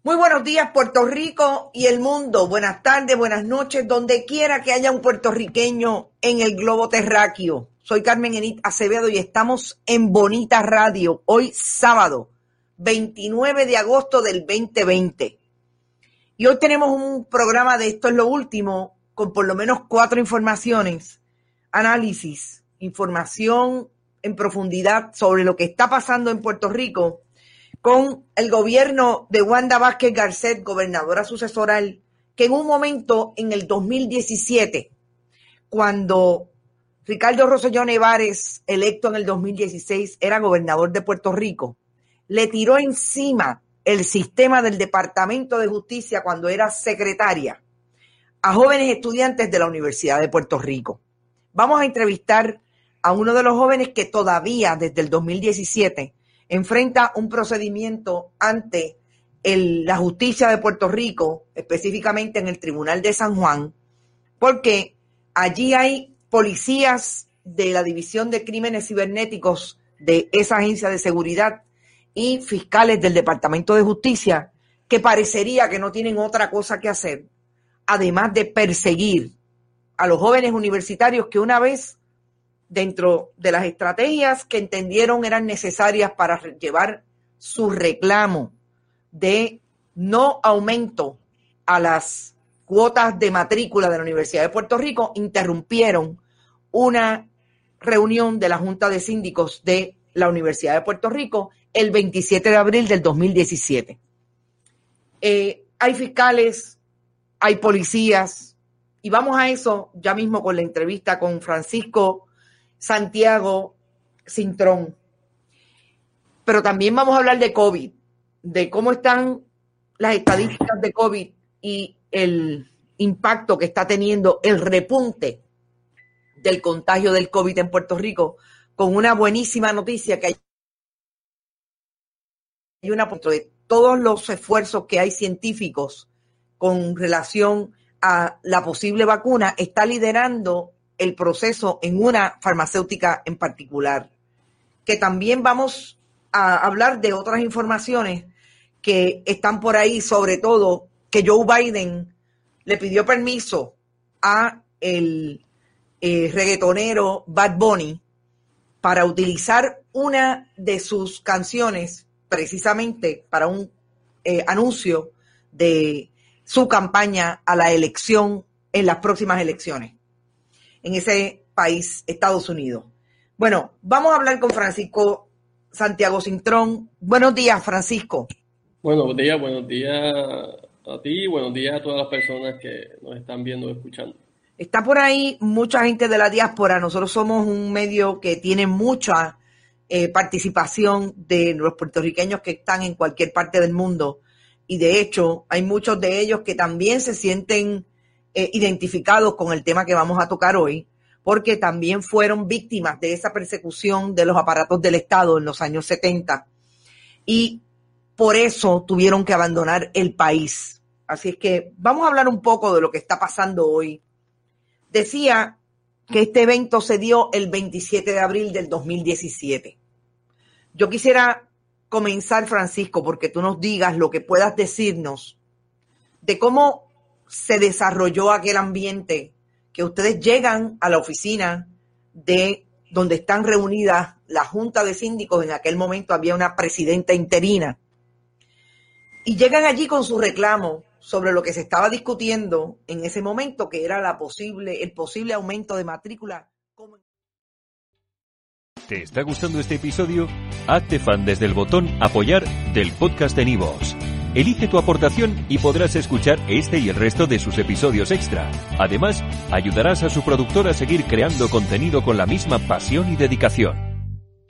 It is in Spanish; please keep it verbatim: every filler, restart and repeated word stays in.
Muy buenos días, Puerto Rico y el mundo. Buenas tardes, buenas noches, donde quiera que haya un puertorriqueño en el globo terráqueo. Soy Carmen Enit Acevedo y estamos en Bonita Radio, hoy sábado, veintinueve de agosto del veinte veinte. Y hoy tenemos un programa de Esto es lo Último, con por lo menos cuatro informaciones, análisis, información en profundidad sobre lo que está pasando en Puerto Rico, con el gobierno de Wanda Vázquez Garcet, gobernadora sucesoral, que en un momento, en el dos mil diecisiete, cuando Ricardo Rosselló Nevares, electo en el dos mil dieciséis, era gobernador de Puerto Rico, le tiró encima el sistema del Departamento de Justicia cuando era secretaria a jóvenes estudiantes de la Universidad de Puerto Rico. Vamos a entrevistar a uno de los jóvenes que todavía, desde el dos mil diecisiete, enfrenta un procedimiento ante el, la justicia de Puerto Rico, específicamente en el Tribunal de San Juan, porque allí hay policías de la División de Crímenes Cibernéticos de esa agencia de seguridad y fiscales del Departamento de Justicia que parecería que no tienen otra cosa que hacer, además de perseguir a los jóvenes universitarios que una vez, dentro de las estrategias que entendieron eran necesarias para llevar su reclamo de no aumento a las cuotas de matrícula de la Universidad de Puerto Rico, interrumpieron una reunión de la Junta de Síndicos de la Universidad de Puerto Rico el veintisiete de abril del dos mil diecisiete. Eh, hay fiscales, hay policías, y vamos a eso ya mismo con la entrevista con Francisco Santiago Cintrón. Pero también vamos a hablar de COVID, de cómo están las estadísticas de COVID y el impacto que está teniendo el repunte del contagio del COVID en Puerto Rico, con una buenísima noticia que hay una de todos los esfuerzos que hay científicos con relación a la posible vacuna, está liderando el proceso en una farmacéutica en particular, que también vamos a hablar de otras informaciones que están por ahí, sobre todo que Joe Biden le pidió permiso a el eh, reggaetonero Bad Bunny para utilizar una de sus canciones precisamente para un eh, anuncio de su campaña a la elección en las próximas elecciones en ese país, Estados Unidos. Bueno, vamos a hablar con Francisco Santiago Cintrón. Buenos días, Francisco. Buenos días, buenos días a ti, buenos días a todas las personas que nos están viendo y escuchando. Está por ahí mucha gente de la diáspora. Nosotros somos un medio que tiene mucha eh, participación de los puertorriqueños que están en cualquier parte del mundo. Y de hecho, hay muchos de ellos que también se sienten Eh, identificados con el tema que vamos a tocar hoy, porque también fueron víctimas de esa persecución de los aparatos del Estado en los años setenta y por eso tuvieron que abandonar el país. Así es que vamos a hablar un poco de lo que está pasando hoy. Decía que este evento se dio el veintisiete de abril del dos mil diecisiete. Yo quisiera comenzar, Francisco, porque tú nos digas lo que puedas decirnos de cómo se desarrolló aquel ambiente, que ustedes llegan a la oficina de donde están reunidas la Junta de Síndicos. En aquel momento había una presidenta interina, y llegan allí con su reclamo sobre lo que se estaba discutiendo en ese momento, que era la posible, el posible aumento de matrícula. ¿Te está gustando este episodio? Hazte fan desde el botón Apoyar del podcast de Nivos. Elige tu aportación y podrás escuchar este y el resto de sus episodios extra. Además, ayudarás a su productor a seguir creando contenido con la misma pasión y dedicación.